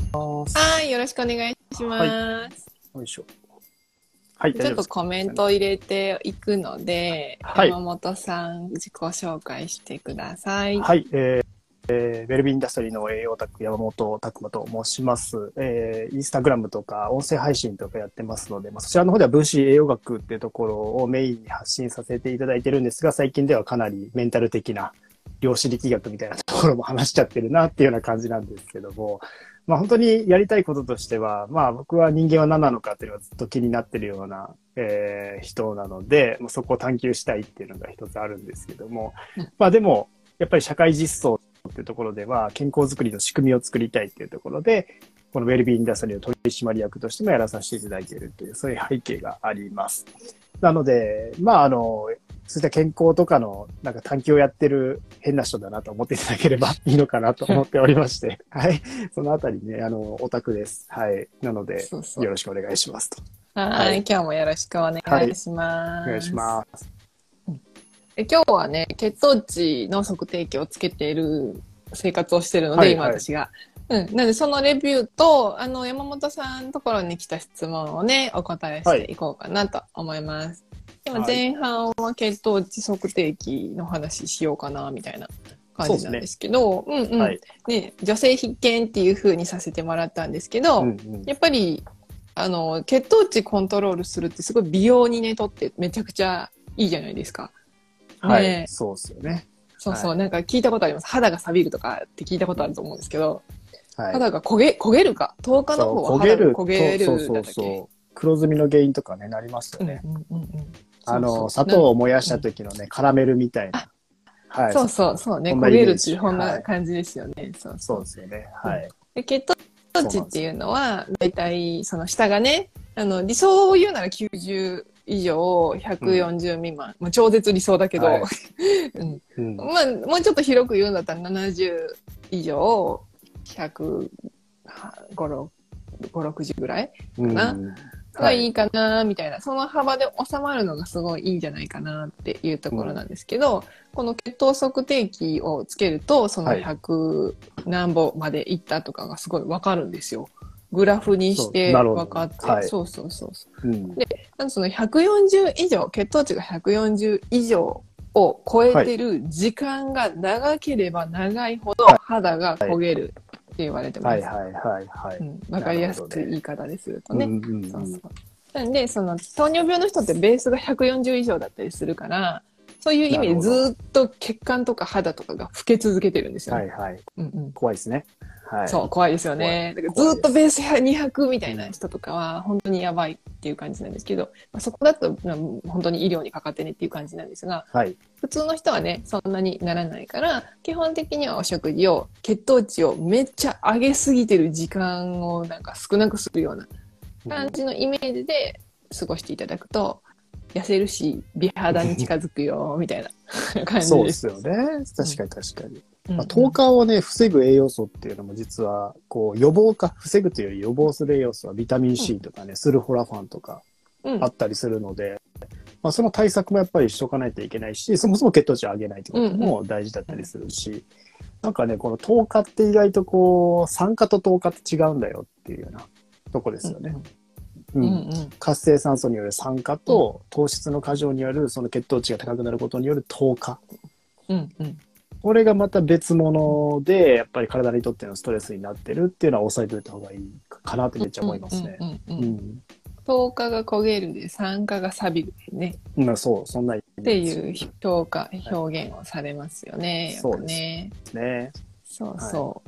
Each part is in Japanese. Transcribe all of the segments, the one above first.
ます。 はい、よろしくお願いしはい。 ます。 よいしょ。はい、大ちょっと丈夫ですか？ コメント入れていくので、 はい。 山本さん自己紹介してください。 はい。ウェルビーインダストリーの栄養オタク山本拓馬と申します。インスタグラムとか音声配信とかやってますので、そちらの方では分子栄養学っていうところをメインに発信させていただいてるんですが、最近ではかなりメンタル的な量子力学みたいなところも話しちゃってるなっていうような感じなんですけども、本当にやりたいこととしては、僕は人間は何なのかっていうのがずっと気になってるような、人なので、そこを探求したいっていうのが一つあるんですけども、でも、やっぱり社会実装っていうところでは、健康づくりの仕組みを作りたいっていうところで、このウェルビーインダストリーの取締役としてもやらさせていただいているという、そういう背景があります。なので、そういった健康とかの探求をやってる変な人だなと思っていただければいいのかなと思っておりまして、はい。そのあたりね、オタクです。はい。なので、 そうそう。 よろしくお願いしますと。ははい、 い。 今日もよろしくお願はい。 いしお願いします。 ます。 今日はね、血糖値の測定器をつけている生活をしてるので、 はい、はい。 今私が。なので、そのレビューと、山本さんのところに来た質問をね、お答えしはい。 ていこうかなと思います。今はい。 前半は血糖値測定器の話しようかな、みたいな感そうですね。 じなんですけど、うんうん。 はい。 ね、女性必見っていう風にさせてもらったんですけうん、 ど、 うん。 やっぱり、血糖値コントロールするってすごい美容にね、とってめちゃくちゃいいじゃないですか。 はい。 ねえ。 そうですよね。 そうそう、 はい。 なんか聞いたことあります。肌が錆びるとかって聞いたことあると思うんですけど、 はい。 肌が焦げるか ?10 日のそう、 方は焦げ肌が焦ると、そうげるだそうったっけ？ そう。黒ずみの原因とかね、なりますよね。 うんうんうんうん。そうそう。 砂糖を燃やした時のね、カラメルみたいあ、 な。はい。 そうそうそうね。 そんな焦げるってイメージ。 こんはい。 な感じですよね。そうそそう。 うですよね。 うん、 はい。 で血糖そうなんですよ。 値っていうのは、だいたいその下がね、理想を言うなら90以上、 うん。 140未満。まあ、超絶理想だけど、 はい。 うん。 うん。 まあ、もうちょっと広く言うんだったら70以上、105、60ぐらいうかな。 ん。はい。 がいいかな、みたいな。その幅で収まるのがすごいいいんじゃないかなっていうところなんうん。 ですけど、この血糖測定器をつけると、そのはい。 100何歩までいったとかがすごいわかるんですよ。グラフにしそう。なてるほど。 分かって、 はい。 そうそうそうそう。 うん。 で、なんかその140以上、血糖値が140以上を超えはい。 てる時間が長ければ長いほどはい。 肌が焦げるって言われてはい。 ます。 はい。はい。はい。 うん、わかなるりやすほどね。 い言い方でするとね。 うん。うん。うん。 そうそう。なんで、その糖尿病の人ってベースが140以上だったりするから、そういう意味でなるほど。 ずっと血管とか肌とかが老け続けてるんですよね。 はい。はい。 うんうん。 怖いですね。はい。 そう、怖いですよ怖い。 ね。だからずっ怖いです。 とベース200みたいなうん。 人とかは本当にやばいっていう感じなんですけど、そこだと本当に医療にかかってねっていう感じなんですが、 はい。 普通の人はね、そんなにならないから、基本的にはお食事を、血糖値をめっちゃ上げすぎてる時間をなんか少なくするようなうん。 感じのイメージで過ごしていただくと、痩せるし、美肌に近づくよ、みたいな感じそうでです。 すよね。 うん。 確かに確かに。糖うんうん。 化をね、防ぐ栄養素っていうのも実は、こう、予防か、防ぐというより予防する栄養素はビタミンうん。 C とかね、スルフォラファンとかうん。 あったりするので、その対策もやっぱりしとかないといけないし、そもそも血糖値を上げないってことうん。うん。 も大事だったりするし、なんかね、この糖化って意外とこう、酸化と糖化って違うんだよっていうようなとこですよね。 うん。 うん。 うん。 活性酸素による酸化うん。 と糖質の過剰によるその血糖値が高くなることによる糖化。 うん。うん。 これがまた別物で、やっぱり体にとってのストレスになってるっていうのは押さえておいた方がいいかなってめっちゃうん。うん。 思いますね。 うん。うん。 うん。 糖化が焦げるで酸化が錆びるね。 そう、そんなイっていうメージ。はい。 表現をされますよね。よそうですくね。 ね。 そうはい。 そう。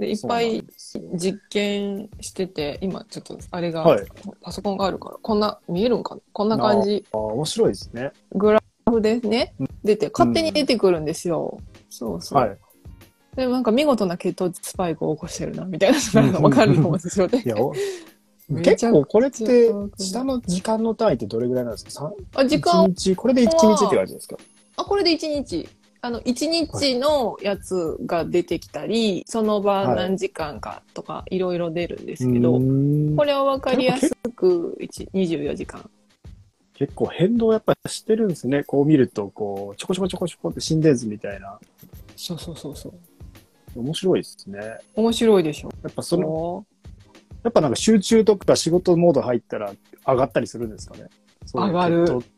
で、いっそうなぱいんですよ。 実験してて、今ちょっとあれが、 はい。 パソコンがあるから、こんな、見えるんかなこんな感じ。 面白いですね。 グラフでね、出て、勝手に出うん。 てくるんですよ。そうそはい。 う。で、なんか見事な血糖値スパイクを起こしてるな、みたいなのがわかると思うんいですよね。 や、 めちゃく結構これっちゃて、 遠くない。 下の時間の単位ってどれぐらいなんですか？ あ、時 1 間日、これで1日っては、 感じですか？ これで1日。1 はい。 日のやつが出てきたり、その場はい。 何時間かとか、いろいろ出るんでうーすけど、 ん。 これはわかりやすやっぱく24時間。 結構変動やっぱりしてるんですね。こう見ると、こう、ちょこちょこちょこちょこって心電図みたいな。 そうそうそうそう。 面白いですね。 面白いでしょ。 やっぱその、 やっぱなんか集中とか仕事モード入ったら上がったりするんですかね。 上がる。 そう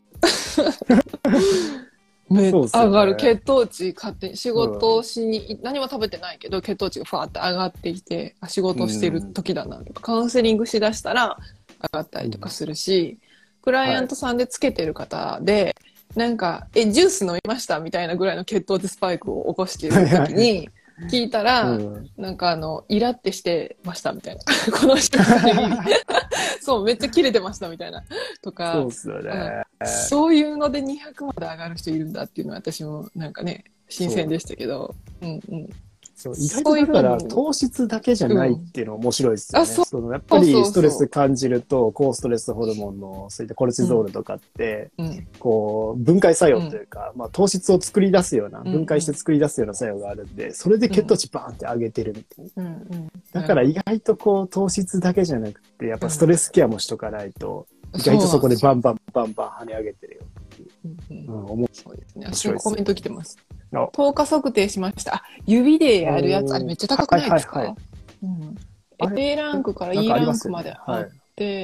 上がる。 そうっすよね。 血糖値勝手に仕事をしに、何も食べてないけど、血糖値がファーって上がってきて、仕事してる時だなとか、カウンセリングしだしたら上がったりとかするし、クライアントさんでつけてる方で、なんか、ジュース飲みましたみたいなぐらいの血糖値スパイクを起こしている時に、聞いたら、なんかイラってしてましたみたいな。この人そう、めっちゃキレてましたみたいな。とか、 そうっすよね。 そういうので200まで上がる人いるんだっていうのは私もなんかね、新鮮でしたけど。うんうん。 そう意外とだから糖質だけじゃないっていうのは面白いですよね。そのやっぱりストレス感じると高ストレスホルモンのそういったコルチゾールとかって、こう分解作用というか、まあ、糖質を作り出すような、分解して作り出すような作用があるんで、それで血糖値バーンって上げてるみたいな。だから意外とこう糖質だけじゃなくてやっぱストレスケアもしとかないと、意外とそこでバンバン跳ね上げてるよっていう。 そうですね。私もコメント来てます。10日測定しました。指でやるやつ、あれめっちゃ高くないですか？A ランクから E ランクまであって、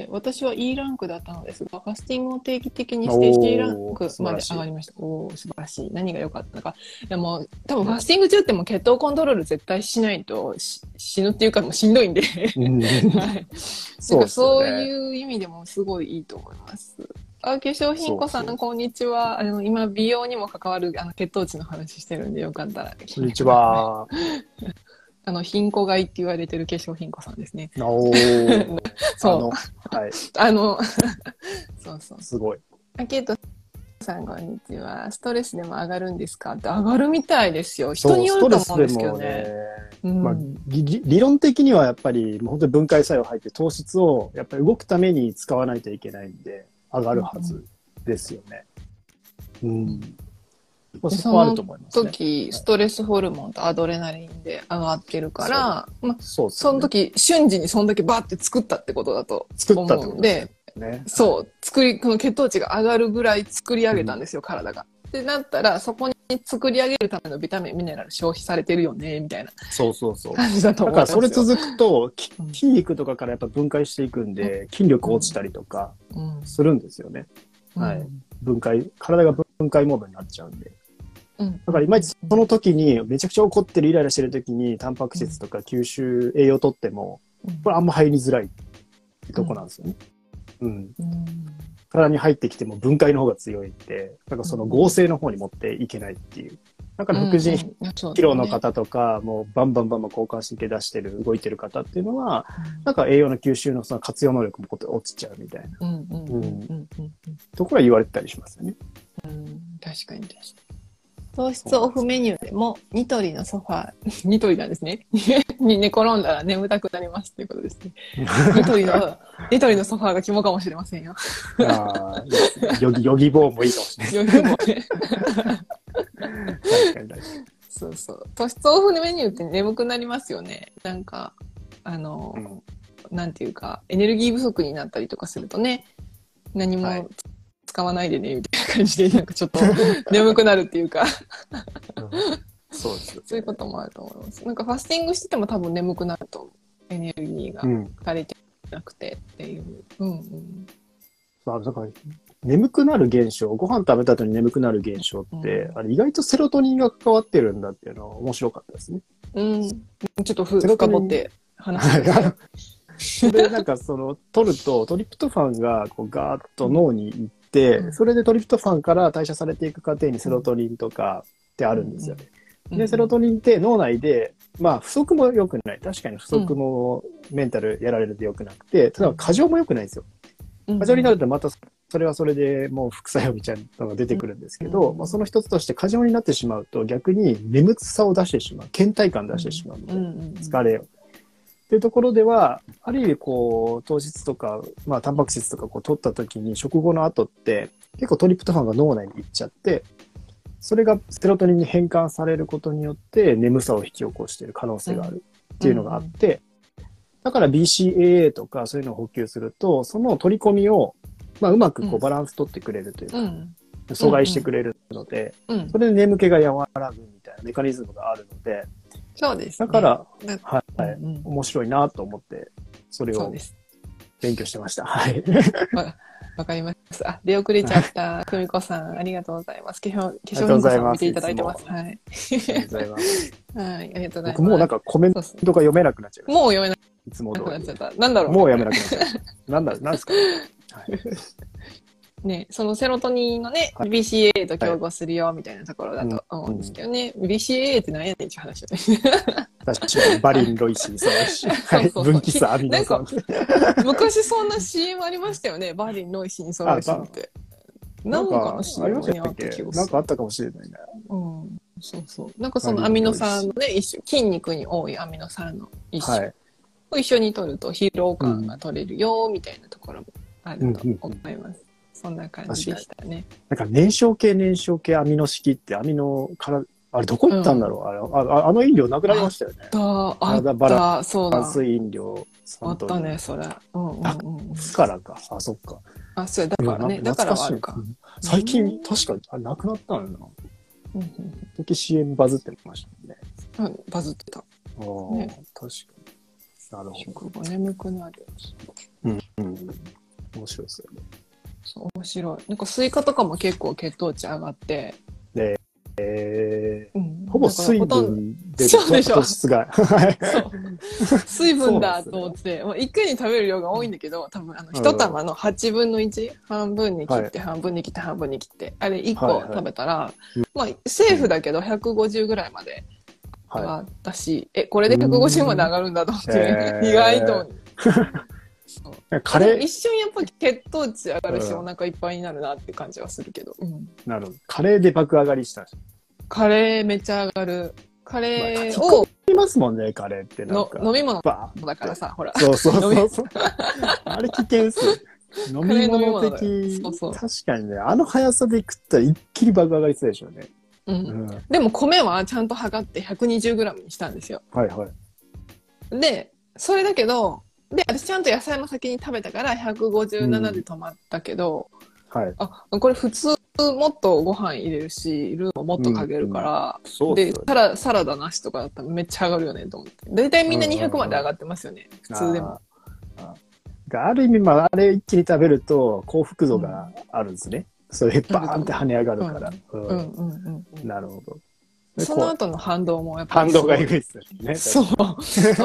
私は E ランクだったのですが、ファスティングを定期的にして C ランクまで上がりました。おー、素晴らしい。何が良かったのか。いやもう、多分ファスティング中っても血糖コントロール絶対しないと死ぬっていうかもうしんどいんで。そういう意味でもすごいいいと思います。化粧品子さん、こんにちは。今、美容にも関わる血糖値の話してるんで、よかったら。 こんにちは。 貧困買いって言われてる化粧品子さんですね。 おー。 そう。 はい。 そうそう。 すごい。 ケイトさん、こんにちは。ストレスでも上がるんですかって上がるみたいですよ。人によると思うんですけどね。 まあ、理論的にはやっぱり、本当に分解作用入って糖質をやっぱり動くために使わないといけないんで、上がるはずですよね。 その時、ストレスホルモンとアドレナリンで上がってるから、その時、瞬時にそんだけバーって作ったってことだと思うんで、そう、この血糖値が上がるぐらい作り上げたんですよ、体が。ってなったら、そこに作り上げるためのビタミン、ミネラル消費されてるよね、みたいな感じだと思いますよ。 だからそれ続くと、筋肉とかからやっぱ分解していくんで、筋力落ちたりとかするんですよね。はい。体が分解モードになっちゃうんで。だからいまいちその時にめちゃくちゃ怒ってるイライラしてる時にタンパク質とか吸収栄養取ってもこれあんま入りづらいってとこなんですよね。体に入ってきても分解の方が強いんで、なんかその合成の方に持っていけないっていう。だから副腎疲労の方とか、もうバンバン交感神経出してる動いてる方っていうのは、なんか栄養の吸収のその活用能力も落ちちゃうみたいなところは言われてたりしますよね。 確かに確かに。糖質オフメニューでもニトリのソファー、ニトリなんですね。に寝転んだら眠たくなりますっていうことですね。ニトリのソファーが肝かもしれませんよ。 ヨギボーもいいかもしれない。 ヨギボーね。確かに。そうそう。糖質オフメニューって眠くなりますよね。なんか、なんていうか、エネルギー不足になったりとかするとね、何も、使わないでねみたいな感じでなんかちょっと眠くなるっていうかそうです、 そういうこともあると思います。なんかファスティングしてても多分眠くなると思う。エネルギーが足りてなくてっていう。 だから眠くなる現象、ご飯食べた後に眠くなる現象って、あれ意外とセロトニンが関わってるんだっていうのは面白かったですね。 ちょっと深掘って話してください。 それなんか取るとトリプトファンがこうガーッと脳に行って、それでトリプトファンから代謝されていく過程にセロトニンとかってあるんですよね。で、セロトニンって脳内で、まあ不足も良くない。確かに不足もメンタルやられると良くなくて、ただ過剰も良くないんですよ。過剰になるとまたそれはそれでもう副作用みたいなのが出てくるんですけど、まあその一つとして過剰になってしまうと逆に眠さを出してしまう。倦怠感出してしまうみたいな。疲れを。っていうところでは、ある意味こう、糖質とか、まあ、タンパク質とかこう取った時に食後の後って、結構トリプトファンが脳内に行っちゃって、それがセロトニンに変換されることによって眠さを引き起こしている可能性があるっていうのがあって、だから BCAA とかそういうのを補給すると、その取り込みを、まあ、うまくこうバランス取ってくれるというか、阻害してくれるので、それで眠気が和らぐみたいなメカニズムがあるので、 そうですね。 だから、面白いなと思ってそれをそうです。 勉強してました。はい。 わかります。あ、出遅れちゃった。久美子さん、ありがとうございます。化粧品子さん見ていただいてます。はい。 ありがとうございます。 はい、ありがとうございます。 僕もうなんかコメントが読めなくなっちゃいました。 もう読めないつも通り。 くなっちゃった。なんだろう。 もう読めなくなっちゃう。なんですかね。はい。 ね、そのセロトニンのね、 はい、 BCA と競合するよみたいなところだと思うんですけどね、BCA って何やねんっていう話だね。 確かに、バリン、ロイシン、そうだし。はい。分岐差、アミノ酸。 昔そんな CM ありましたよね、バリン、ロイシン、ソロイシンって。なんかの CM にあった気がする。 なんかあったかもしれないね。 うん。そうそう。なんかそのアミノ酸のね、一種、筋肉に多いアミノ酸の一種を一緒に取ると疲労感が取れるよ、みたいなところもあると思います。そんな感じでしたね。 なんか燃焼系アミノ式ってアミノから、あれどこ行ったんだろう、あの飲料なくなりましたよね。 あった、そうだ。 炭水飲料。 あったね、それ。 つからか。あ、そっか。 あ、そうだからね。だからはあるか。 最近、確かに、なくなったんだな。時 CM バズってましたね。 バズってた。 ああ、確かに。なるほど。 食後眠くなる。 面白いですよね。 そう、面白い。なんかスイカとかも結構血糖値上がって。 で、ほぼ水分で糖質が。 水分だと思って、一回に食べる量が多いんだけど、多分一玉の8分の1、半分に切って、半分に切って、半分に切って、あれ1個食べたら、まあ、セーフだけど150ぐらいまで上がったし、これで150まで上がるんだと思って、意外と。カレー一瞬やっぱり血糖値上がるし、お腹いっぱいになるなって感じはするけど。 なるほど。カレーで爆上がりした。 カレーめっちゃ上がる。カレーを。 いますもんね、カレーってなんか。 飲み物だからさ、ほら。 そう。あれ危険っす。飲み物的。確かにね、あの速さで食ったら一気に爆上がりするでしょうね。 でも米はちゃんと測って 120g にしたんですよ。 はいはい。 で、それだけど、私ちゃんと野菜も先に食べたから157で止まったけど、これ普通もっとご飯入れるし、ルーももっとかけるから、で、サラダなしとかだったらめっちゃ上がるよねと思って。だいたいみんな200まで上がってますよね、普通でも。 ある意味、あれ一気に食べると幸福度があるんですね。それバーンって跳ね上がるから。なるほど。 その後の反動もやっぱり。 反動がえぐいですよね。 そう。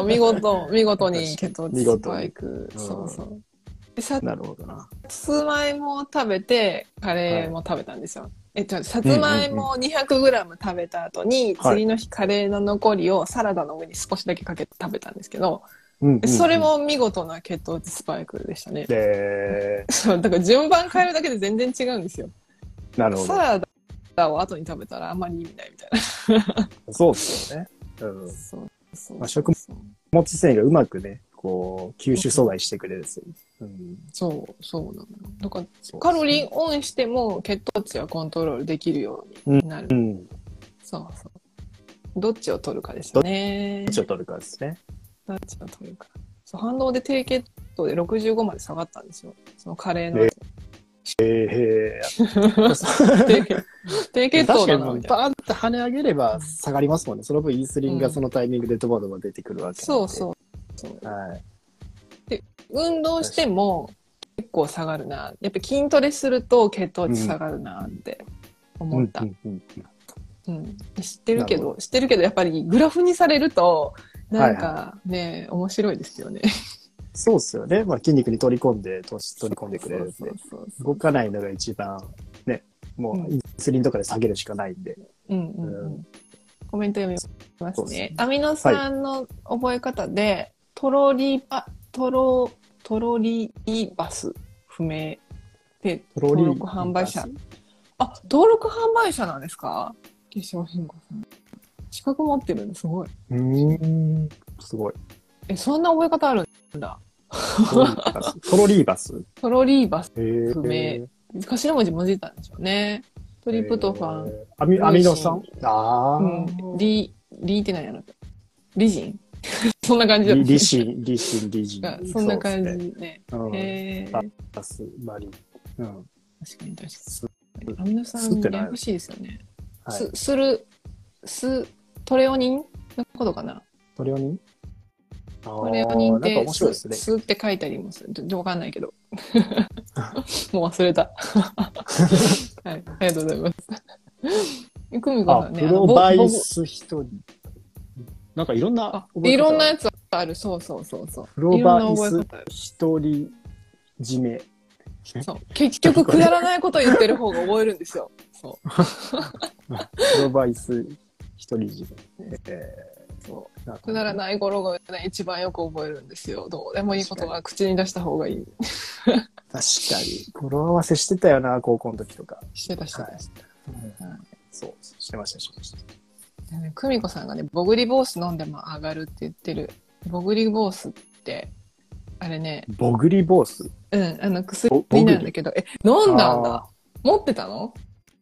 見事に血糖値スパイク。 なるほどな。 さつまいもを食べて、カレーも食べたんですよ。さつまいも 200g 食べた後に、次の日カレーの残りをサラダの上に少しだけかけて食べたんですけど、それも見事な血糖値スパイクでしたね。そう、だから順番変えるだけで全然違うんですよ。 なるほど。 サラダを後に食べたらあんまり意味ないみたいな。 そうですよね。食物繊維がうまくね、こう、吸収阻害してくれるんですよ。 そうなのよ。だから、カロリーオンしても血糖値はコントロールできるようになる。そう。どっちを取るかですよね。 どっちを取るかですね。 どっちを取るか。反動で低血糖で65まで下がったんですよ。そのカレーの。低血糖だなみたいな。 バーンって跳ね上げれば下がりますもんね。その分インスリンがそのタイミングでドバドバ出てくるわけで。 そう。で、運動しても結構下がるな。やっぱ筋トレすると血糖値下がるなって思った。知ってるけどやっぱりグラフにされるとなんかね、面白いですよね。 そうっすよね。筋肉に取り込んでくれるんで。動かないのが一番ね、もうインスリンとかで下げるしかないんで。 コメント読みますね。アミノ酸の覚え方で、トロリバス不明で、登録販売者。登録販売者なんですか？化粧品子さん。資格持ってるのすごい。 すごい。 そんな覚え方あるんだ。 トロリーバス不明。頭文字もじったんでしょうね。トリプトファン。 アミノ酸リって何やろ？リジンそんな感じだった。 リシン。 そんな感じね。 バス、マリン。 確かに。アミノ酸ややこしいですよね。トレオニンのことかな？ トレオニンこれを認なんか面白いですね。 すって書いたりもする。わかんないけど。もう忘れた。はい、ありがとうございます。久美子さんね、 プロバイス一人。なんかいろんな覚え方いろんなやつある。そう。 プロバイス一人締め。 そう。結局くだらないこと言ってる方が覚えるんですよ。そう。 プロバイス一人締め。 そう。くだらない語呂がね、一番よく覚えるんですよ。どうでもいいことは口に出した方がいい。 確かに。語呂合わせしてたよな、高校の時とか。 してた。 そう、してました。 久美子さんがね、ボグリボース飲んでも上がるって言ってる。ボグリボースって、あれね。 ボグリボース？ うん、薬なんだけど、飲んだんだ。持ってたの？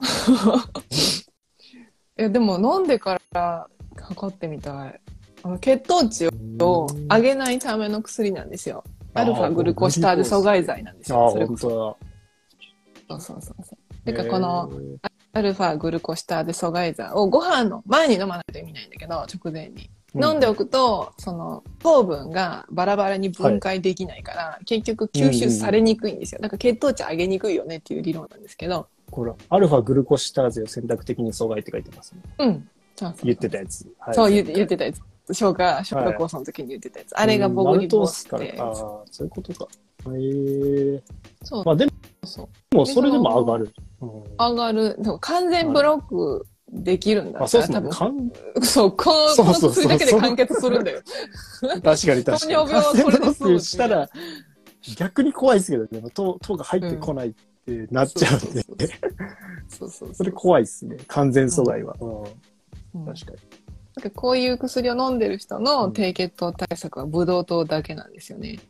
でも飲んでから測ってみたい。血糖値を上げないための薬なんですよ。アルファグルコシターゼ阻害剤なんですよ。それこそ。そう。てかこのアルファグルコシターゼ阻害剤をご飯の前に飲まないと意味ないんだけど、直前に。飲んでおくと、その糖分がバラバラに分解できないから、結局吸収されにくいんですよ。だから血糖値上げにくいよねっていう理論なんですけど。 これ、アルファグルコシターゼを選択的に阻害って書いてますね。 うん。そう言ってたやつ。 そう、言ってたやつ。小学校の時に言ってたやつ。あれがボグリボースって。 そういうことか。 そう。 まあでも、それでも上がる。 上がる。でも完全ブロックできるんだったら、多分。そう、この薬だけで完結するんだよ。 確かに。糖尿病はこれで済むしたら、逆に怖いですけどね。糖が入ってこないってなっちゃうんで。それ怖いですね。完全阻害は。確かに。 こういう薬を飲んでる人の低血糖対策はブドウ糖だけなんですよね。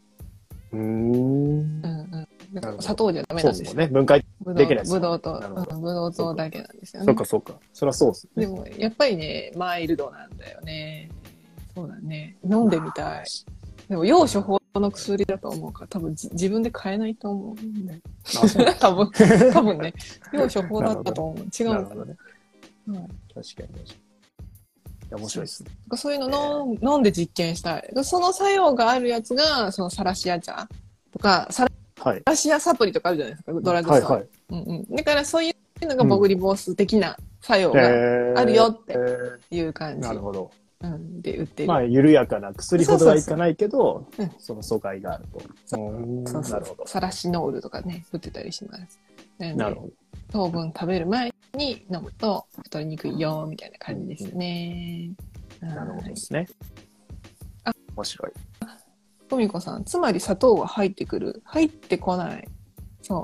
砂糖じゃダメなんですよ。 そうね。分解できないです。 ブドウ糖だけなんですよね。 そうか。そりゃそうですね。 でも、やっぱりね、マイルドなんだよね。そうだね。飲んでみたい。でも、要処方の薬だと思うから、多分自分で買えないと思うんだよ。多分ね、要処方だったと思う。違うんだろうね。 確かに。面白いですね。 そういうの飲んで実験したい。その作用があるやつが、そのサラシア茶とか、サラシアサプリとかあるじゃないですか、ドラッグストア。だからそういうのがボグリボース的な作用があるよっていう感じ。 なるほど。 で売ってる。 まあ、緩やかな薬ほどはいかないけど、その阻害があると。 なるほど。サラシノールとかね、売ってたりします。 なるほど。 糖分食べる前に飲むと太りにくいよ、みたいな感じですね。 なるほどですね。面白い。 トミコさん、つまり砂糖は入ってこない。そう。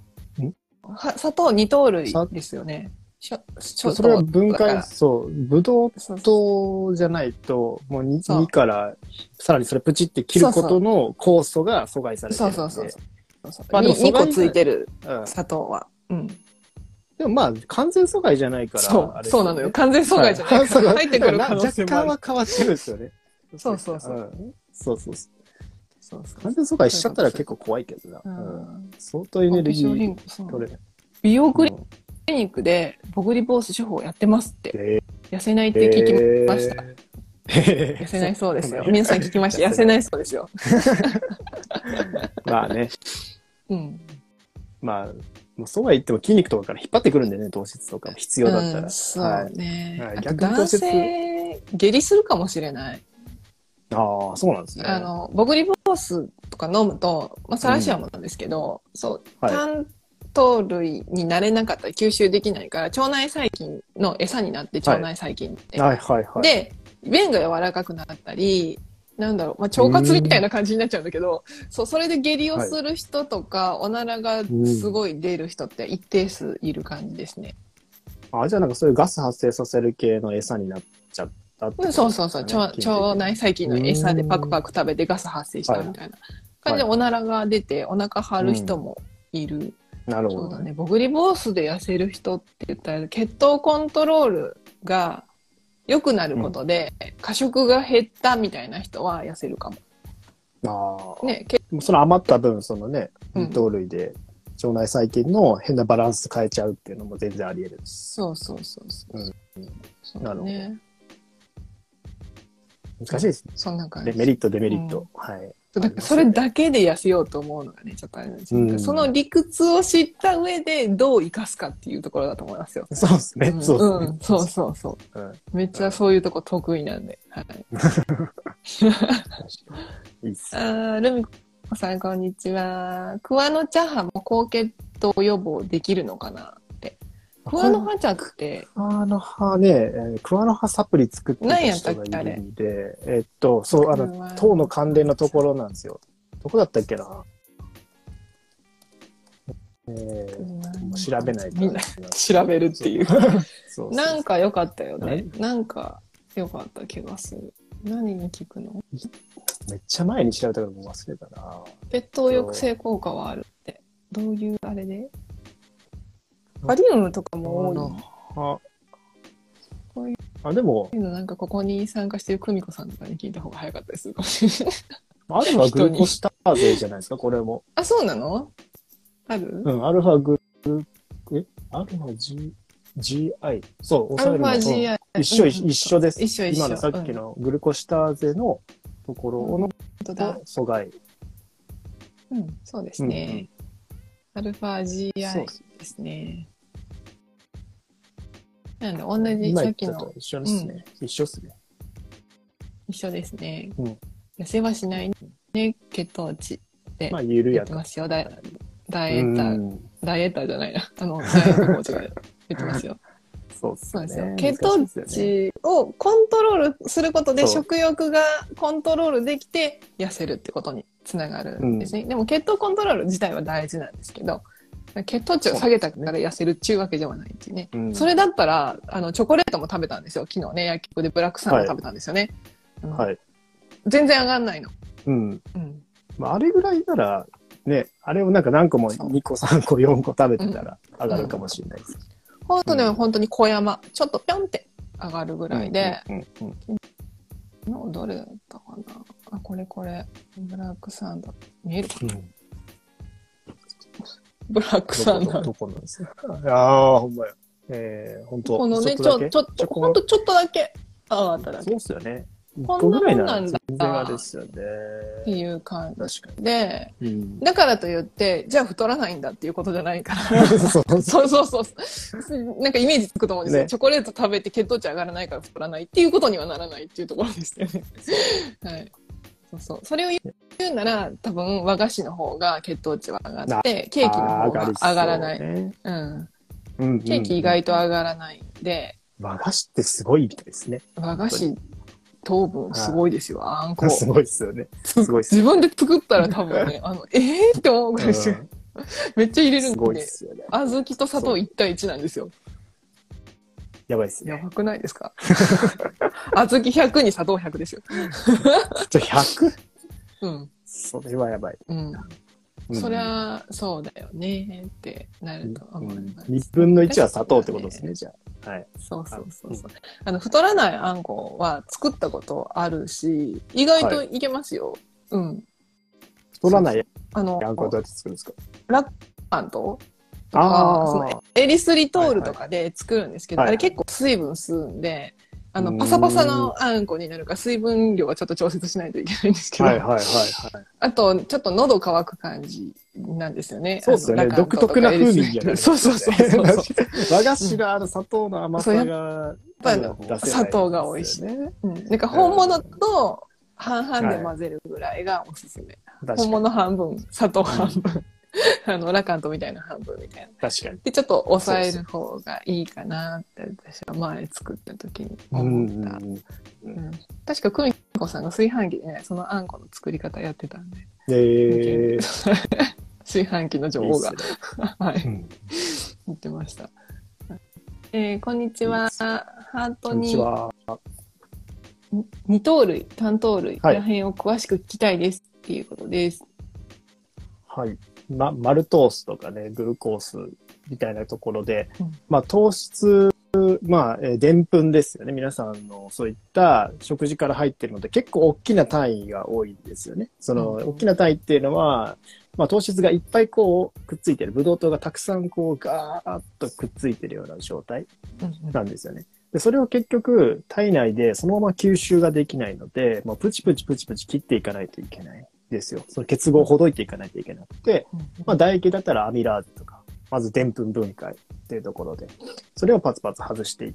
砂糖二糖類ですよね。 それは分解、ブドウ糖じゃないと、もう 2からさらにそれプチって切ることの酵素が阻害されてるんで。 そう。2個ついてる砂糖は。 でもまあ、完全阻害じゃないから。 そうなのよ。完全阻害じゃないから。入ってくる可能性もある。 若干は変わってるんですよね。そう。完全阻害しちゃったら結構怖いけどな。相当エネルギー取れない。 美容クリニックでボグリボース処方やってますって。痩せないって聞きました。痩せないそうですよ。皆さん聞きました。痩せないそうですよ。 まあね。まあ、そうは言っても筋肉とかから引っ張ってくるんでね、糖質とかも必要だったら。 そうね。逆に男性、下痢するかもしれない。 ああ、そうなんですね。 ボグリボースとか飲むと、サラシアもなんですけど、単糖類になれなかったら吸収できないから、腸内細菌の餌になって、腸内細菌って。で、便が柔らかくなったり、腸活みたいな感じになっちゃうんだけど、それで下痢をする人とか、おならがすごい出る人って一定数いる感じですね。 じゃあそういうガス発生させる系の餌になっちゃったってことですね。 そう。腸内細菌の餌でパクパク食べてガス発生したみたいな感じでおならが出て、お腹張る人もいる。 なるほど。 そうだね。ボグリボースで痩せる人って言ったら、血糖コントロールが良くなることで、過食が減ったみたいな人は痩せるかも。 ね、その余った分、そのね、二糖類で腸内細菌の変なバランス変えちゃうっていうのも全然あり得る。 そう。 なるほど。 難しいですね。 そんな感じ。 で、メリット、デメリット。はい。 それだけで痩せようと思うのがね、ちょっとあれなんですよ。その理屈を知った上でどう生かすかっていうところだと思いますよ。 そうですね。そうですね。 そうそうそう。めっちゃそういうとこ得意なんで。はい。 いいっす。 ルミ子さん、こんにちは。桑の茶葉も高血糖予防できるのかなって。桑の葉茶って。 桑の葉ね、桑の葉サプリ作ってた人がいるんで、そう、糖の関連のところなんですよ。どこだったっけな。調べないと。 みんな調べるっていう。 そうなんか良かったよね。なんか良かった気がする。何に効くの？ めっちゃ前に調べたからもう忘れたな。 血糖抑制効果はあるって。どういうあれで？カリウムとかも多い。でも。 なんかここに参加してる久美子さんとかに聞いた方が早かったりするかもしれない。 アルファグルコシターゼじゃないですか、これも。 あ、そうなの？ある？ アルファグル、アルファ GI。そう、 アルファ GI。 一緒です。 一緒。 今のさっきのグルコシターゼのところの阻害。 そうですね。アルファ GI ですね。なんで、同じ、さっきの。 一緒ですね。一緒ですね。 一緒ですね。痩せはしないね、血糖値で。 まあ、緩やか。 言ってますよ。ダイエッターじゃないな。ダイエットコーチが言ってますよ。 そうですね。 血糖値をコントロールすることで食欲がコントロールできて痩せるってことにつながるんですね。でも血糖コントロール自体は大事なんですけど、血糖値を下げたから痩せるっていうわけではないっていうね。それだったら、チョコレートも食べたんですよ。昨日ね、薬局でブラックサンド食べたんですよね。 はい。 全然上がんないの。 あれぐらいなら、ね、あれをなんか何個も2個、3個、4個食べてたら上がるかもしれないです。 本当に小山、ちょっとぴょんって上がるぐらいで、どれだったかな。これ、ブラックサンド。見えるかな、ブラックサンド。 どこなんですか？ほんまや。本当このね、ほんとちょっとだけ上がっただけ。 そうっすよね。 こんなもんなんだ。 全然あれですよね。 っていう感じで、だからといって、じゃあ太らないんだっていうことじゃないから。そう。なんかイメージつくと思うんですよ。チョコレート食べて血糖値上がらないから太らないっていうことにはならないっていうところですよね。はい。そう。それを言うなら、多分和菓子の方が血糖値は上がって、ケーキの方が上がらない。ケーキ意外と上がらないんで。 和菓子ってすごいみたいですね。 和菓子。糖分すごいですよ、あんこ。 すごいですよね。 自分で作ったら多分ね、って思うぐらいですよ。めっちゃ入れるんで。すごいですよね。 小豆と砂糖1対1なんですよ。 やばいですね。 やばくないですか？小豆100に砂糖100ですよ。 100？ うん。 それはやばい。 そりゃ、そうだよねってなると思います。 1分の1は砂糖ってことですね、じゃあ。はい。 そう。太らないあんこは作ったことあるし、意外といけますよ。 太らないあんこはどうやって作るんですか？ ラッカントとか、エリスリトールとかで作るんですけど、あれ結構水分吸うんで、パサパサのあんこになるから水分量はちょっと調節しないといけないんですけど。あと、ちょっと喉乾く感じなんですよね。 そうですよね。独特な風味じゃないですか。 そう。 和菓子が砂糖の甘さが砂糖が美味しい。なんか本物と半々で混ぜるぐらいがおすすめ。本物半分、砂糖半分。ラカントみたいな半分みたいな。 確かに。 で、ちょっと抑える方がいいかなって私は前作った時に思った。確か久美子さんが炊飯器でね、そのあんこの作り方やってたんで。炊飯器の女王が。はい。言ってました。こんにちは。ハートに。二糖類、単糖類らへんを詳しく聞きたいですっていうことです。 はい。マルトースとかね、グルコースみたいなところで、糖質、でんぷんですよね。皆さんのそういった食事から入ってるので、結構大きな単位が多いんですよね。大きな単位っていうのは、糖質がいっぱいくっついてる。ブドウ糖がたくさんガーッとくっついてるような状態なんですよね。 で、それを結局、体内でそのまま吸収ができないので、もうプチプチプチプチ切っていかないといけないんですよ。その結合をほどいていかないといけなくて、まあ、唾液だったらアミラーゼとか、まず澱粉分解っていうところで、それをパツパツ外していって、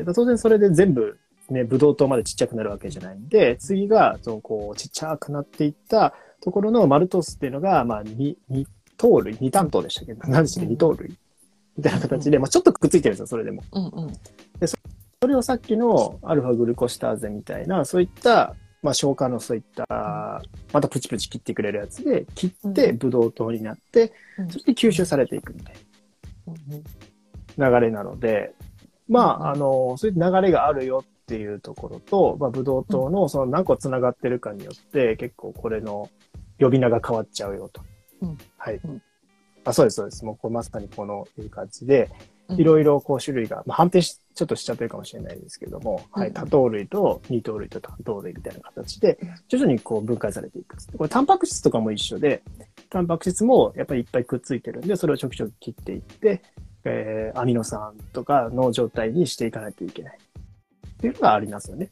当然それで全部、ね、ブドウ糖までちっちゃくなるわけじゃないんで、次が、こう、ちっちゃくなっていったところのマルトスっていうのが、まあ、二糖類、二単糖でしたっけど、何でしたっけ、二糖類みたいな形で、まあ、ちょっとくっついてるんですよ、それでも。で、それをさっきのアルファグルコシターゼみたいな、そういった、まあ、消化のそういった、またプチプチ切ってくれるやつで、切ってブドウ糖になって、そして吸収されていくみたいな流れなので、まあ、そういう流れがあるよっていうところと、まあ、ブドウ糖のその何個繋がってるかによって、結構これの呼び名が変わっちゃうよと。はい。あ、そうです、そうです。もうこれまさにこのいう感じで、いろいろこう種類が、まあ、判定ちょっとしちゃってるかもしれないですけども、はい、多糖類と二糖類と単糖類みたいな形で、徐々にこう分解されていく。これタンパク質とかも一緒で、タンパク質もやっぱりいっぱいくっついてるんで、それをちょくちょく切っていって、アミノ酸とかの状態にしていかないといけない。っていうのがありますよね。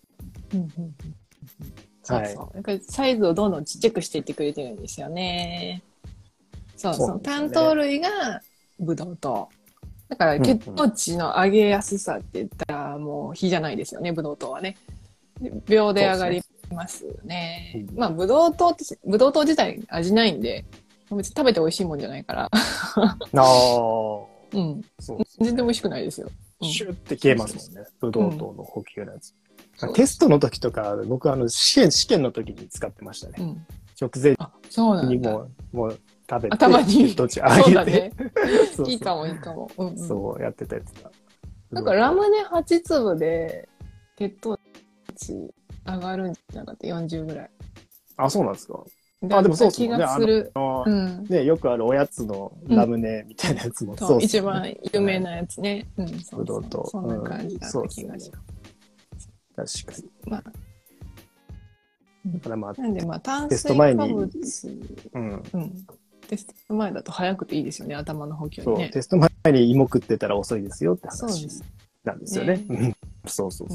そうそう。やっぱりサイズをどんどんちっちゃくしていってくれてるんですよね。そうそう。単糖類がブドウ糖。だから血糖値の上げやすさって言ったらもう比じゃないですよね、ブドウ糖はね。秒で上がりますね。まあブドウ糖自体味ないんで、別に食べて美味しいもんじゃないから。うん。全然美味しくないですよ。 シュッて消えますもんね。ブドウ糖の補給のやつ。テストの時とか、僕試験の時に使ってましたね。直前にもう食べて、 頭に血糖値上げて。 そうだね。いいかもいいかも。 そうやってた。 なんかラムネ8粒で血糖値上がるんじゃなかった ?40 ぐらい。 あ、そうなんですか。あ、でもそうですね。 気がする。 ね、よくあるおやつのラムネみたいなやつもそう、一番有名なやつね。 ブドウ糖。 そんな感じだった気がします。確かに。 まあだからまあ、 なんでまあ炭水化物、テスト前だと早くていいですよね、頭の補給にね。 そう、テスト前に芋食ってたら遅いですよって話なんですよね。そうそうそう。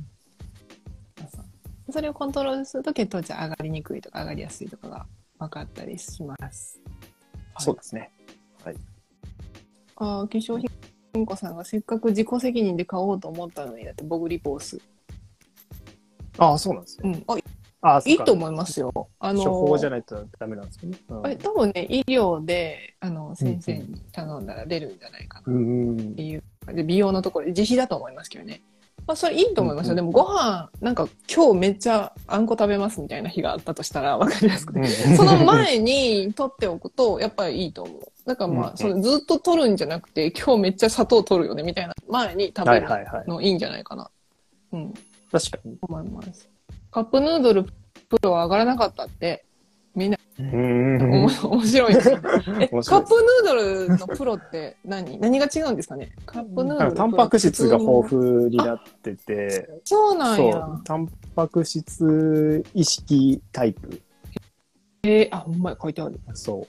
それをコントロールすると血糖値上がりにくいとか上がりやすいとかが分かったりします。 そうですね。はい。 化粧品子さんがせっかく自己責任で買おうと思ったのに、だってボグリポース。 ああ、そうなんですね。 いいと思いますよ。 処方じゃないとダメなんですよね。 多分ね、医療で、先生に頼んだら出るんじゃないかなっていう。で、美容のところで自費だと思いますけどね。まあ、それいいと思いますよ。でもご飯、なんか今日めっちゃあんこ食べますみたいな日があったとしたら分かりやすくて。その前に取っておくと、やっぱりいいと思う。だからまあ、それずっと取るんじゃなくて、今日めっちゃ砂糖取るよねみたいな前に食べるのいいんじゃないかな。 確かに。 思います。カップヌードルプロは上がらなかったって、みんな、面白いですよね。カップヌードルのプロって何が違うんですかね。カップヌードル。 タンパク質が豊富になってて、 そうなんや。 タンパク質意識タイプ。 ほんまに書いてある。 そう。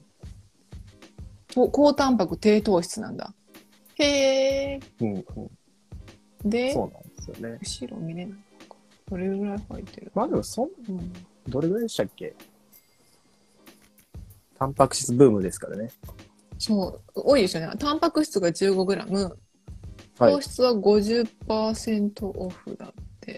高タンパク低糖質なんだ。へー。で、 そうなんですよね。 後ろ見れない。どれぐらい入ってる？ まあでもどれぐらいでしたっけ？タンパク質ブームですからね。 そう、多いですよね。タンパク質が 15g、糖質は 50% オフだって。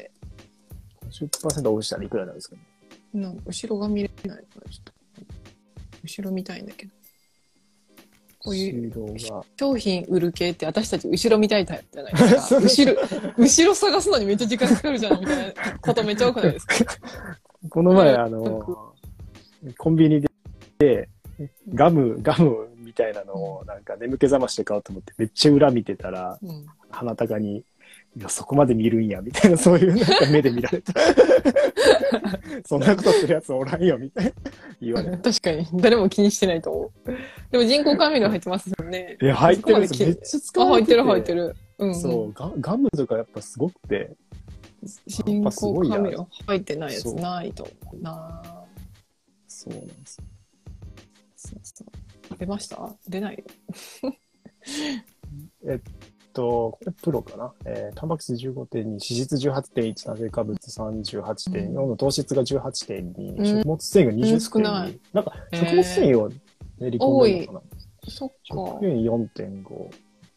50% オフしたらいくらなんですかね。 後ろが見れないから、ちょっと。後ろ見たいんだけど。こういう商品売る系って私たち後ろ見たいタイプじゃないですか。後ろ探すのにめっちゃ時間かかるじゃんみたいなことめっちゃ多くないですか？ この前コンビニでガムみたいなのをなんか眠気覚まして買おうと思ってめっちゃ裏見てたら、鼻高にいやそこまで見るんやみたいな、そういうなんか目で見られた。そんなことするやつおらんよみたいな言われた。 確かに誰も気にしてないと思う。でも人工甘味料入ってますよね。 いや入ってるんです。めっちゃ使われてて。 入ってる。 そうガムとかやっぱすごくて。 人工甘味料入ってないやつないと思うな。 そうなんです。 出ました？出ないよ。 これプロかな。タンパク質 15.2、脂質 18.1、炭水化物 38.4 の糖質が 18.2、食物繊維が 20.2。 少ない。 なんか、食物繊維を練り込んでるのかな。 そっか。 食塩 4.5、 うん、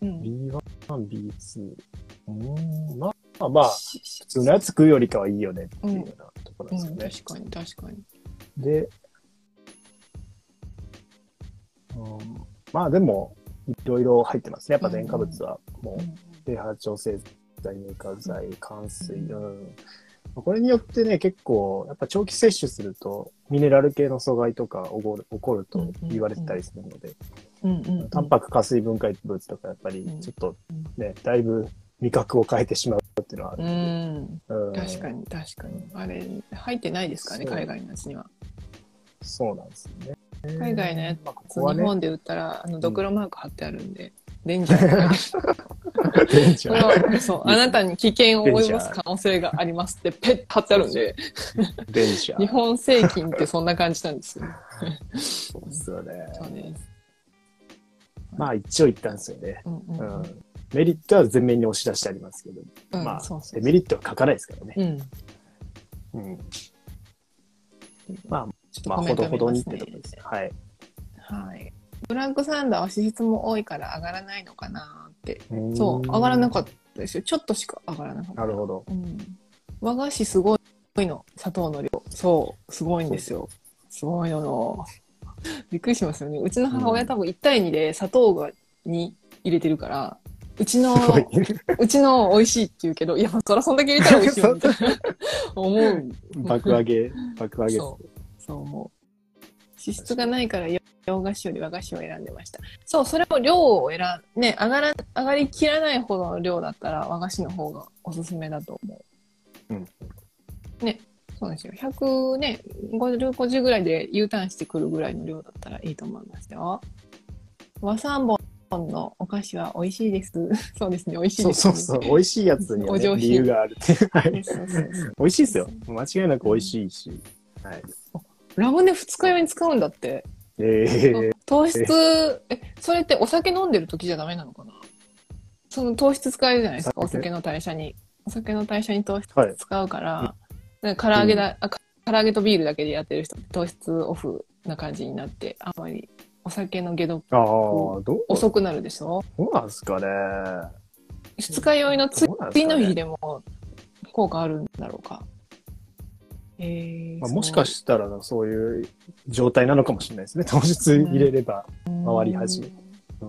B1、B2。まあ、普通のやつ食うよりかはいいよねっていうようなところですよね。 確かに、確かに。 で、まあでも、いろいろ入ってますね。やっぱ添加物はもう、pH 調整剤、乳化剤、換水、これによってね、結構、やっぱ長期摂取すると、ミネラル系の阻害とか起こると言われてたりするので、タンパク加水分解物とかやっぱりちょっとね、だいぶ味覚を変えてしまうっていうのはあるので。 確かに、確かに。あれ、入ってないですからね、海外のやつには。 そうなんですよね。 海外のやつ、日本で売ったら、ドクロマーク貼ってあるんで、デンジャー。 デンジャー。 そう、あなたに危険を及ぼす可能性がありますってペッ貼ってあるんで、 デンジャー。 日本製品ってそんな感じなんですよ。 そうですよね。 そうです。 まあ一応言ったんですよね。メリットは前面に押し出してありますけど、まあデメリットは書かないですからね。まあほどほどにってところです。はい。 はい。ブラックサンダーは脂質も多いから上がらないのかなって。そう、上がらなかったですよ。ちょっとしか上がらなかった。 なるほど。 和菓子すごいの、砂糖の量。そう、すごいんですよ。すごいの。びっくりしますよね。うちの母親多分1対2で砂糖が2入れてるから、うちの美味しいって言うけど、いや、そらそんだけ入れたら美味しいよみたいな思う。 爆上げ。 そう思う。脂質がないから洋菓子より和菓子を選んでました。そう、それを量を上がりきらないほどの量だったら和菓子の方がおすすめだと思う。ね、そうですよ。100ね、50ぐらいで U ターンしてくるぐらいの量だったらいいと思いますよ。和三本のお菓子は美味しいです。そうですね、美味しいです、 ね。そう。美味しいやつには、ね、理由があるって。美味しいですよ。間違いなく美味しいし。はい。 ラムネ二日酔いに使うんだって。糖質、それってお酒飲んでる時じゃダメなのかな？その糖質使えるじゃないですか、お酒の代謝に。お酒の代謝に糖質使うから、唐揚げとビールだけでやってる人って糖質オフな感じになって、あんまりお酒の解毒遅くなるでしょ？ どうなんですかね。 二日酔いの次の日でも効果あるんだろうか。 もしかしたらそういう状態なのかもしれないですね。糖質入れれば回り始める。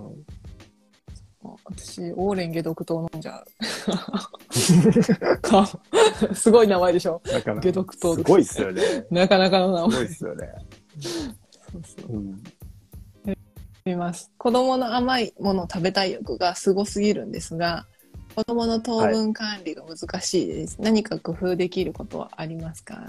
私、オーレン解毒糖飲んじゃう。すごい名前でしょ。解毒糖。 すごいっすよね。 なかなかの名前。 すごいっすよね。 見ます。子供の甘いものを食べたい欲がすごすぎるんですが、子供の糖分管理が難しいです。何か工夫できることはありますか？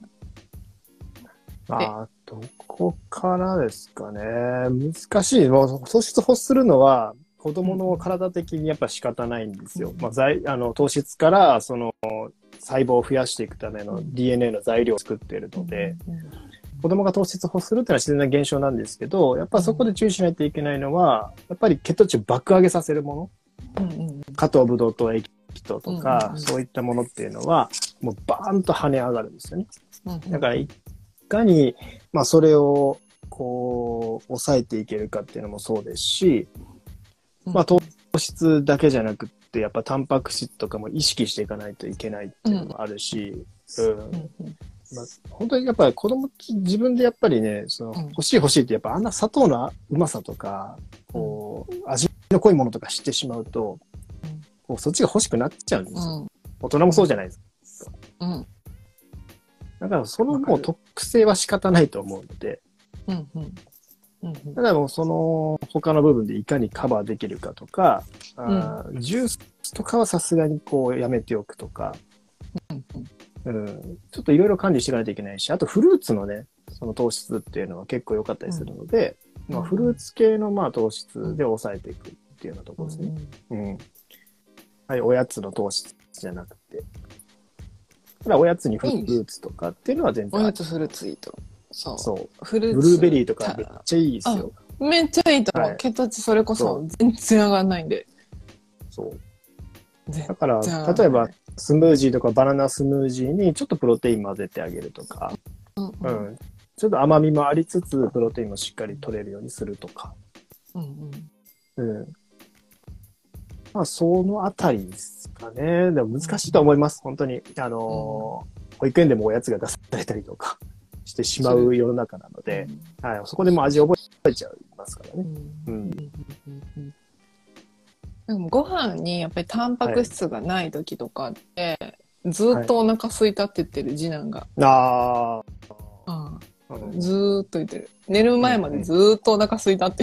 どこからですかね。難しい。糖質欲するのは子供の体的にやっぱ仕方ないんですよ。糖質からその細胞を増やしていくための DNA の材料を作っているので、子供が糖質欲するっていうのは自然な現象なんですけど、やっぱそこで注意しないといけないのは、やっぱり血糖値を爆上げさせるもの。加糖ブドウ糖、液糖とか、そういったものっていうのは、もうバーンと跳ね上がるんですよね。だから、いかに、それを、抑えていけるかっていうのもそうですし、糖質だけじゃなくって、やっぱタンパク質とかも意識していかないといけないっていうのもあるし、本当にやっぱり子供自分でやっぱりね、欲しいってやっぱあんな砂糖のうまさとか、味の濃いものとか知ってしまうと、そっちが欲しくなっちゃうんですよ。大人もそうじゃないですか。だからそのもう特性は仕方ないと思うので、ただもうその他の部分でいかにカバーできるかとか、ジュースとかはさすがにやめておくとか、ちょっといろいろ管理していかないといけないし、あとフルーツのね、その糖質っていうのは結構良かったりするので、フルーツ系の糖質で抑えていくっていうようなところですね。はい、おやつの糖質じゃなくて。ただおやつにフルーツとかっていうのは全然。 おやつフルーツいいと。そう。 ブルーベリーとかめっちゃいいですよ。 めっちゃいいと思う。血糖値それこそ全然上がらないんで。 そう。 絶だから、 対例えば、スムージーとかバナナスムージーにちょっとプロテイン混ぜてあげるとか、 うんううんん。ちょっと甘みもありつつ、プロテインもしっかり取れるようにするとか。 うんうん。 うん。まあ、そのあたりですかね。でも難しいと思います。本当に。保育園でもおやつが出されたりとかしてしまう世の中なので、はい。そこでも味覚えちゃいますからね。うん。 でもご飯にやっぱりタンパク質がない時とかって、ずっとお腹空いたって言ってる次男が。 あああ。 ずーっと言ってる。寝る前までずーっとお腹空いたって。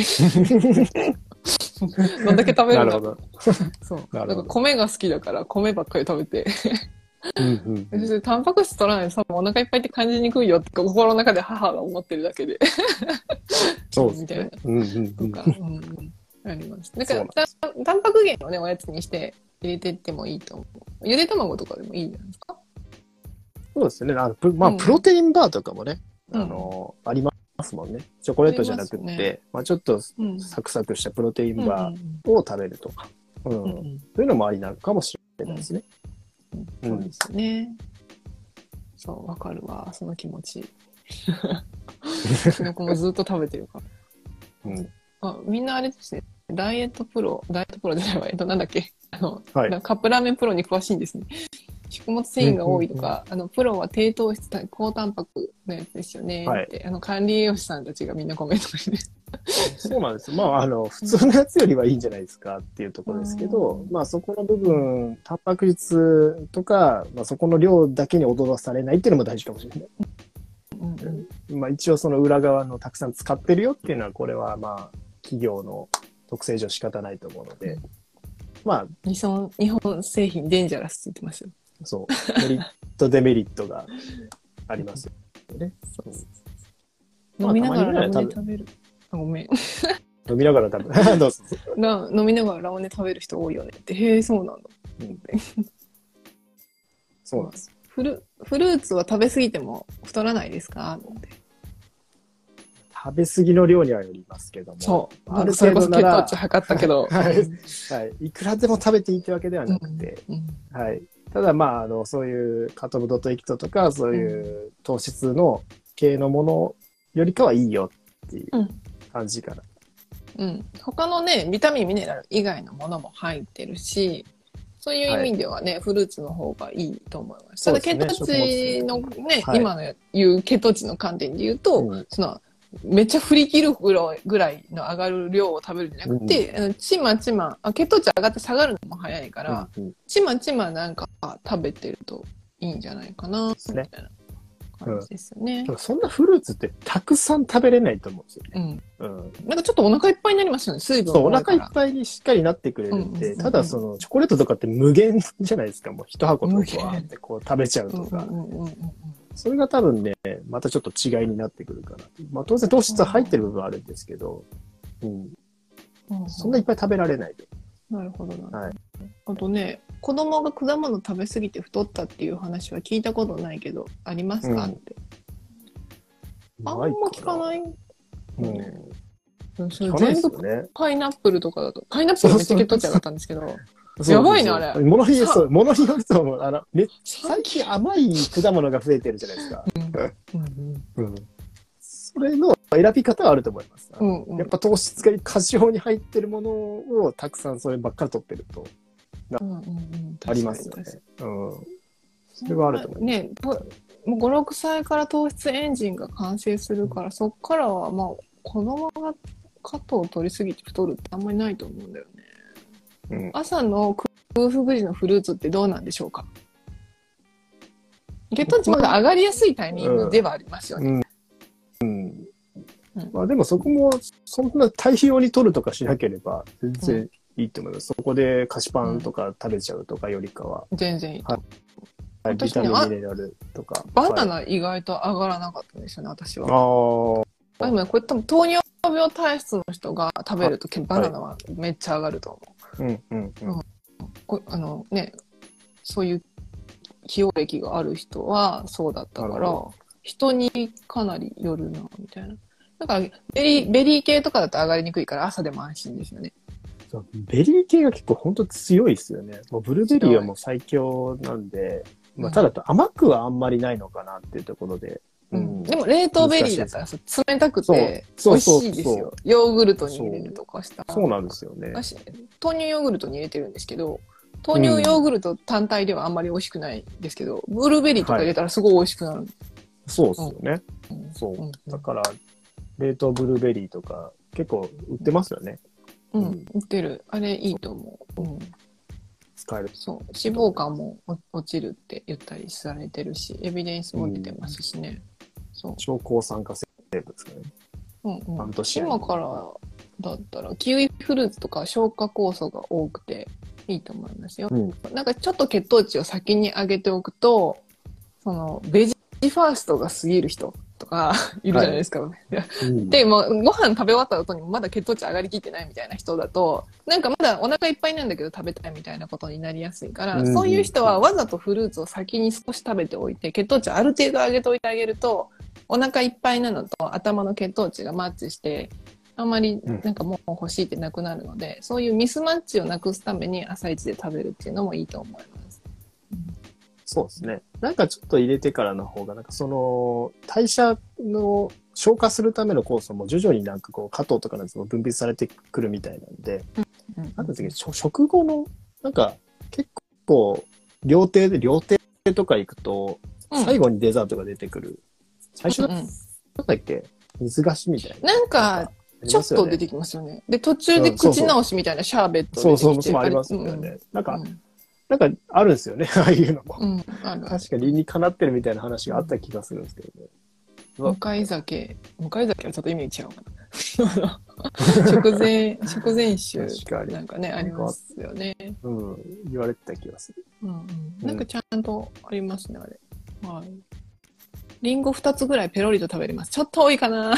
どんだけ食べるんだろう。そう。だから米が好きだから米ばっかり食べて。タンパク質取らないと多分お腹いっぱいって感じにくいよって心の中で母が思ってるだけで。 そうですね。 みたいな。とか。あります。だからタンパク源をね、おやつにして入れてってもいいと思う。ゆで卵とかでもいいんじゃないですか？ そうですね。まあ、プロテインバーとかもね、ありますもんね。チョコレートじゃなくて、まあちょっとサクサクしたプロテインバーを食べるとか、そういうのもありなのかもしれないですね。 そうですね。そう、わかるわ、その気持ち。うちの子もずっと食べてるから。みんなあれですね。ダイエットプロじゃないわ。なんだっけ。カップラーメンプロに詳しいんですね。食物繊維が多いとか、プロは低糖質、高タンパクのやつですよねって、管理栄養士さんたちがみんなコメントして。 そうなんです。まあ、普通のやつよりはいいんじゃないですかっていうところですけど、まあ、そこの部分、タンパク質とか、まあ、そこの量だけに踊らされないっていうのも大事かもしれない。まあ、一応その裏側のたくさん使ってるよっていうのは、これはまあ、企業の特性上仕方ないと思うので、まあ。 日本製品デンジャラスって言ってますよ。 そう。メリット、デメリットがありますよね。 飲みながらラムネ食べる。ごめん。 飲みながら食べる。どうぞ。 飲みながらラムネ食べる人多いよねって。へえ、そうなんだ。 そうなんです。 フルーツは食べ過ぎても太らないですか？ 食べ過ぎの量にはよりますけども。 そう。それこそ血糖値測ったけど。 はい。いくらでも食べていいってわけではなくて。はい。ただまあ、そういうカトブドとエキトとか、そういう糖質の系のものよりかはいいよっていう感じかな。 他のね、ビタミン、ミネラル以外のものも入ってるし、そういう意味ではね、フルーツの方がいいと思います。ただ血糖値のね、今の言う血糖値の観点で言うと、めっちゃ振り切るぐらいの上がる量を食べるんじゃなくて、ちまちま、血糖値上がって下がるのも早いから、ちまちまなんか食べてるといいんじゃないかな、みたいな感じですよね。 そんなフルーツってたくさん食べれないと思うんですよね。 なんかちょっとお腹いっぱいになりますよね、水分が。 そう、お腹いっぱいにしっかりなってくれるんで、ただチョコレートとかって無限じゃないですか、もう一箱とかってこう食べちゃうとか。それが多分ね、またちょっと違いになってくるかな。まあ当然糖質は入ってる部分はあるんですけど、そんないっぱい食べられないと。 なるほどな。はい。あとね、子供が果物食べ過ぎて太ったっていう話は聞いたことないけど、ありますかって。あんま聞かない。それ全部パイナップルとかだと。パイナップルめっちゃ血糖値上がったんですけど。やばいね、あれ。 ものによると思う。最近甘い果物が増えてるじゃないですか。それの選び方はあると思います。やっぱ糖質が過剰に入ってるものをたくさんそればっかり取ってると。ありますよね。それはあると思います。 ね、もう5、6歳から糖質エンジンが完成するから、そっからはまあ、子供がカットを取りすぎて太るってあんまりないと思うんだよね。朝の空腹時のフルーツってどうなんでしょうか？血糖値まだ上がりやすいタイミングではありますよね。 まあでもそこもそんな大量に取るとかしなければ全然いいと思います。そこで菓子パンとか食べちゃうとかよりかは。 全然いいと思う。 ビタミンミネラルとか。 バナナ意外と上がらなかったんですよね、私は。これ多分糖尿病体質の人が食べるとバナナはめっちゃ上がると思う。そういう起用歴がある人はそうだったから、人にかなりよるな、みたいな。だからベリー系とかだと上がりにくいから朝でも安心ですよね。 そうベリー系が結構本当強いですよね。もうブルーベリーはもう最強なんで、まあ、ただ甘くはあんまりないのかなっていうところで。 でも冷凍ベリーだったら冷たくて美味しいですよ。ヨーグルトに入れるとかしたら。 そうなんですよね。 豆乳ヨーグルトに入れてるんですけど、豆乳ヨーグルト単体ではあんまり美味しくないんですけど、ブルーベリーとか入れたらすごい美味しくなる。 そうですよね。そう。だから、冷凍ブルーベリーとか結構売ってますよね。 売ってる。あれいいと思う。 使える。 そう。脂肪肝も落ちるって言ったりされてるし、エビデンスも出てますしね。そう。 超抗酸化成分ですかね。 今からだったら、キウイフルーツとか消化酵素が多くていいと思いますよ。なんかちょっと血糖値を先に上げておくと、ベジファーストが過ぎる人とかいるじゃないですか。で、もうご飯食べ終わった後にもまだ血糖値上がりきってないみたいな人だと、なんかまだお腹いっぱいなんだけど食べたいみたいなことになりやすいから、そういう人はわざとフルーツを先に少し食べておいて、血糖値をある程度上げておいてあげると、お腹いっぱいなのと頭の血糖値がマッチして、あんまりなんかもう欲しいってなくなるので、そういうミスマッチをなくすために朝一で食べるっていうのもいいと思います。 そうですね。なんかちょっと入れてからの方が、なんか代謝の消化するための酵素も徐々になんかこう、果糖とかのやつも分泌されてくるみたいなんで、なんですけど、食後の、なんか結構、料亭とか行くと、最後にデザートが出てくる。最初なんだっけ水菓子みたいな。 なんか、ちょっと出てきますよね。で、途中で口直しみたいなシャーベット出てきて。 そうありますよね。なんかあるんですよね、ああいうのも。確か理にかなってるみたいな話があった気がするんですけどね。 向かい酒はちょっと意味違うかな。食前酒なんかね、ありますよね。 言われてた気がする。 なんかちゃんとありますね、あれ。はい。リンゴ2つぐらいペロリと食べれます。ちょっと多いかな。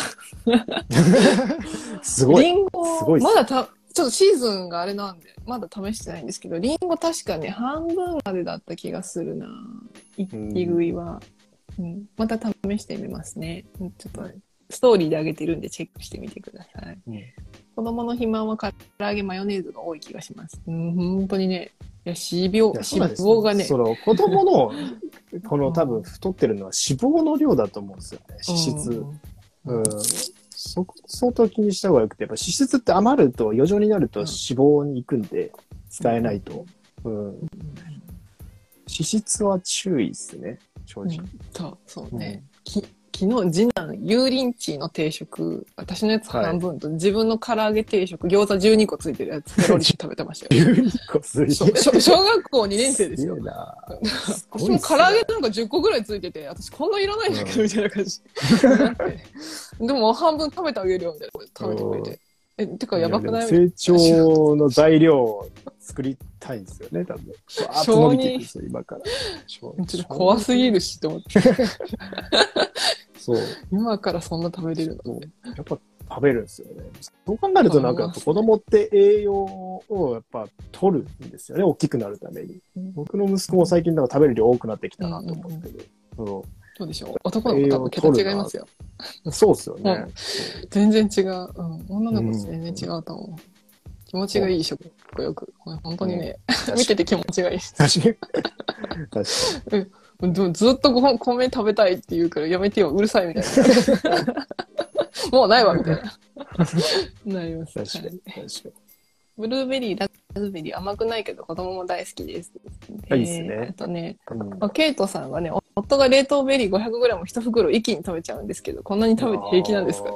すごい。 リンゴ、まだちょっとシーズンがあれなんで、まだ試してないんですけど、リンゴ確かね、半分までだった気がするな。一気食いは。また試してみますね。ちょっと、ストーリーで上げてるんでチェックしてみてください。子供の肥満は唐揚げマヨネーズが多い気がします。本当にね、脂肪がね。 子供の、多分太ってるのは脂肪の量だと思うんですよね。脂質。相当気にした方がよくて、やっぱ脂質って余ると、余剰になると脂肪に行くんで、使えないと。脂質は注意ですね、正直。 そうね。昨日、次男、油淋鶏の定食、私のやつ半分と、自分の唐揚げ定食、餃子12個ついてるやつ、ペロリと食べてましたよ。 12個ついてる。 小学校2年生ですよ。私も唐揚げなんか10個ぐらいついてて、私こんないらないんだけど、みたいな感じ。でも半分食べてあげるよ、みたいな。食べてくれて。てかやばくない？ 成長の材料を作りたいんですよね、多分。 小児、 今から。 ちょっと怖すぎるし、と思って。 そう。 今からそんな食べれるの？ やっぱ食べるんですよね。そう考えるとなんか子供って栄養をやっぱ取るんですよね、大きくなるために。僕の息子も最近なんか食べる量多くなってきたなと思ってる。 どうでしょう？男の子多分桁違いますよ。 そうっすよね。 全然違う。女の子全然違うと思う。気持ちがいい食欲。本当にね、見てて気持ちがいい。 確かに。ずっと米食べたいって言うからやめてよ、うるさいみたいな。もうないわ、みたいな。なります。 確かに。 ブルーベリー、ラズベリー甘くないけど子供も大好きです。 いいですね。 あとね、ケイトさんがね、夫が冷凍ベリー 500g 一袋一気に食べちゃうんですけど、こんなに食べて平気なんですか？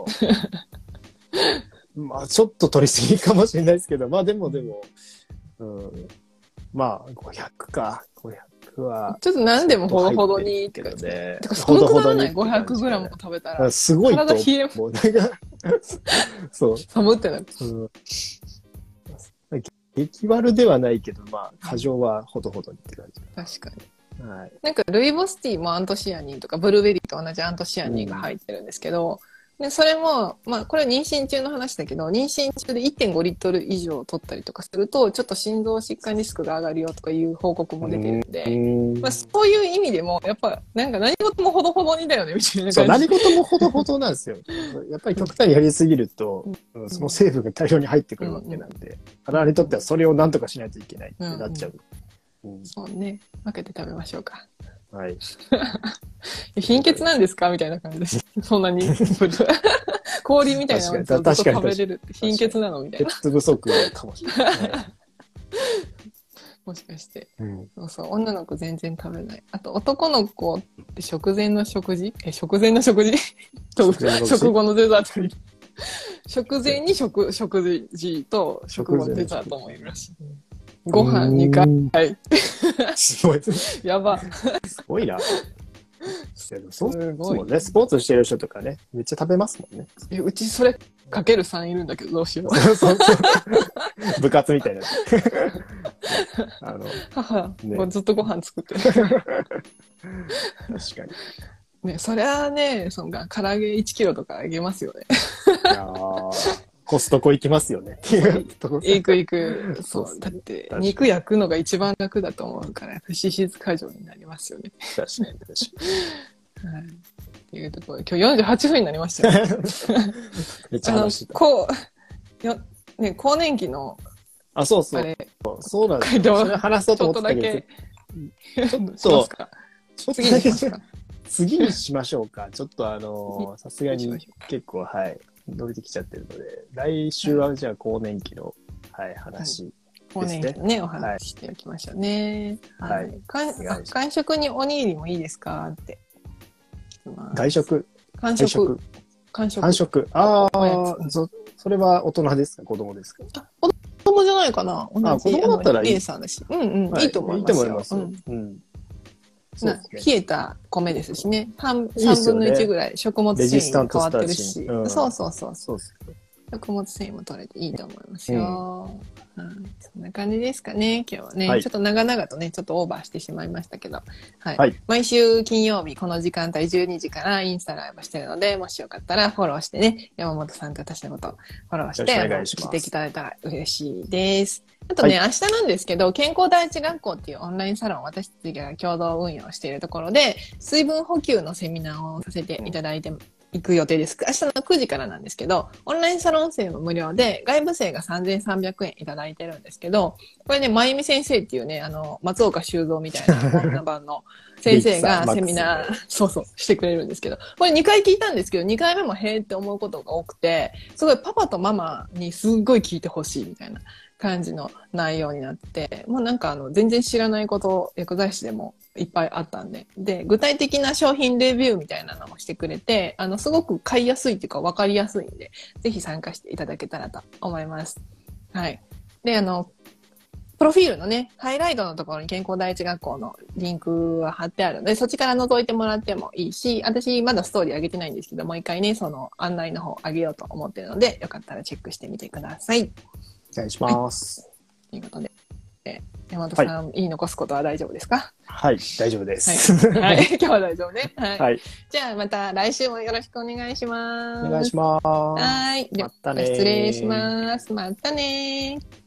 まあ、ちょっと取りすぎかもしれないですけど、まあでも、まあ、500か。500は。 ちょっっと何でもほどほどにって感じ。てか、寒くならない ?500g も食べたら。 すごいと思う。 体冷えもうそう。 寒ってなる。 激悪ではないけど、まあ、過剰はほどほどにって感じ。 確かに。なんか、ルイボスティーもアントシアニンとか、ブルーベリーと同じアントシアニンが入ってるんですけど、 で、それも、まあ、これは妊娠中の話だけど、妊娠中で1.5リットル以上取ったりとかすると、ちょっと心臓疾患リスクが上がるよとかいう報告も出てるんで、まあ、そういう意味でも、やっぱ、なんか何事もほどほどにだよね、みたいな感じ。 そう、何事もほどほどなんですよ。やっぱり極端にやりすぎると、その成分が大量に入ってくるわけなんで、体にとってはそれを何とかしないといけないってなっちゃう。 そうね。分けて食べましょうか。 はい。 貧血なんですかみたいな感じです。そんなに。氷みたいなのをずっと食べれるって貧血なのみたいな。 鉄不足かもしれない。 もしかして、そうそう、女の子全然食べない。あと男の子って食前の食事食前の食事食後のデザート食前に食事と食後のデザートもいるらしい。ご飯2回。 すごい。 やば。 すごいな。そうもね、スポーツしてる人とかね、めっちゃ食べますもんね。 うちそれかける3いるんだけどどうしよう。 そう部活みたいな。 母、ね、ずっとご飯作ってる。 確かに。 ね、そりゃあね、唐揚げ1キロとかあげますよね。 いやコストコ行きますよね。 行く。そう。だって、肉焼くのが一番楽だと思うから、不脂質過剰になりますよね。 確かに。 はい。っていうところで、今日48分になりましたよ、ね。 めっちゃ話してた。ね、更年期の、 そうそう。そうなんですよ。それ話そうと思ってたけど、ちょっと次にしますか。次にしましょうか。ちょっとさすがに結構、はい。伸びてきちゃってるので、来週はじゃあ更年期の、話ですね。 更年期のね、お話していきましょうね。はい。間食におにぎりもいいですかって。 外食間食。 ああ、それは大人ですか子供ですか子供じゃないかな子供だったらいい。 A さんだし。いいと思いますよ。いいと思います。冷えた米ですしね。3分の1ぐらい食物繊維に変わってるし。そう。食物繊維も取れていいと思いますよ。そんな感じですかね、今日はね。ちょっと長々とね、ちょっとオーバーしてしまいましたけど。はい。毎週金曜日、この時間帯12時からインスタライブしてるので、もしよかったらフォローしてね、山本さんと私のことフォローして、聞いていただいたら嬉しいです。あとね、明日なんですけど、健康第一学校っていうオンラインサロンを私たちが共同運用しているところで、水分補給のセミナーをさせていただいて行く予定です。明日の9時からなんですけど、オンラインサロン生も無料で、外部生が3300円いただいてるんですけど、これね、まゆみ先生っていうね、松岡修造みたいな女版の先生がセミナー、してくれるんですけど、これ2回聞いたんですけど、2回目もへーって思うことが多くて、すごいパパとママにすっごい聞いてほしいみたいな感じの内容になって、もうなんか全然知らないこと、薬剤師でもいっぱいあったんで、で、具体的な商品レビューみたいなのもしてくれて、すごく買いやすいっていうか分かりやすいんで、ぜひ参加していただけたらと思います。はい。で、プロフィールのね、ハイライトのところに健康第一学校のリンクは貼ってあるので、そっちから覗いてもらってもいいし、私まだストーリー上げてないんですけど、もう一回ね、その案内の方上げようと思ってるので、よかったらチェックしてみてください。 お願いします。 ということで、山本さん、言い残すことは大丈夫ですか？ はい、大丈夫です。 はい、今日は大丈夫ね。はい。じゃあ、また来週もよろしくお願いします。 お願いします。 はい。 またね。 失礼します。またね。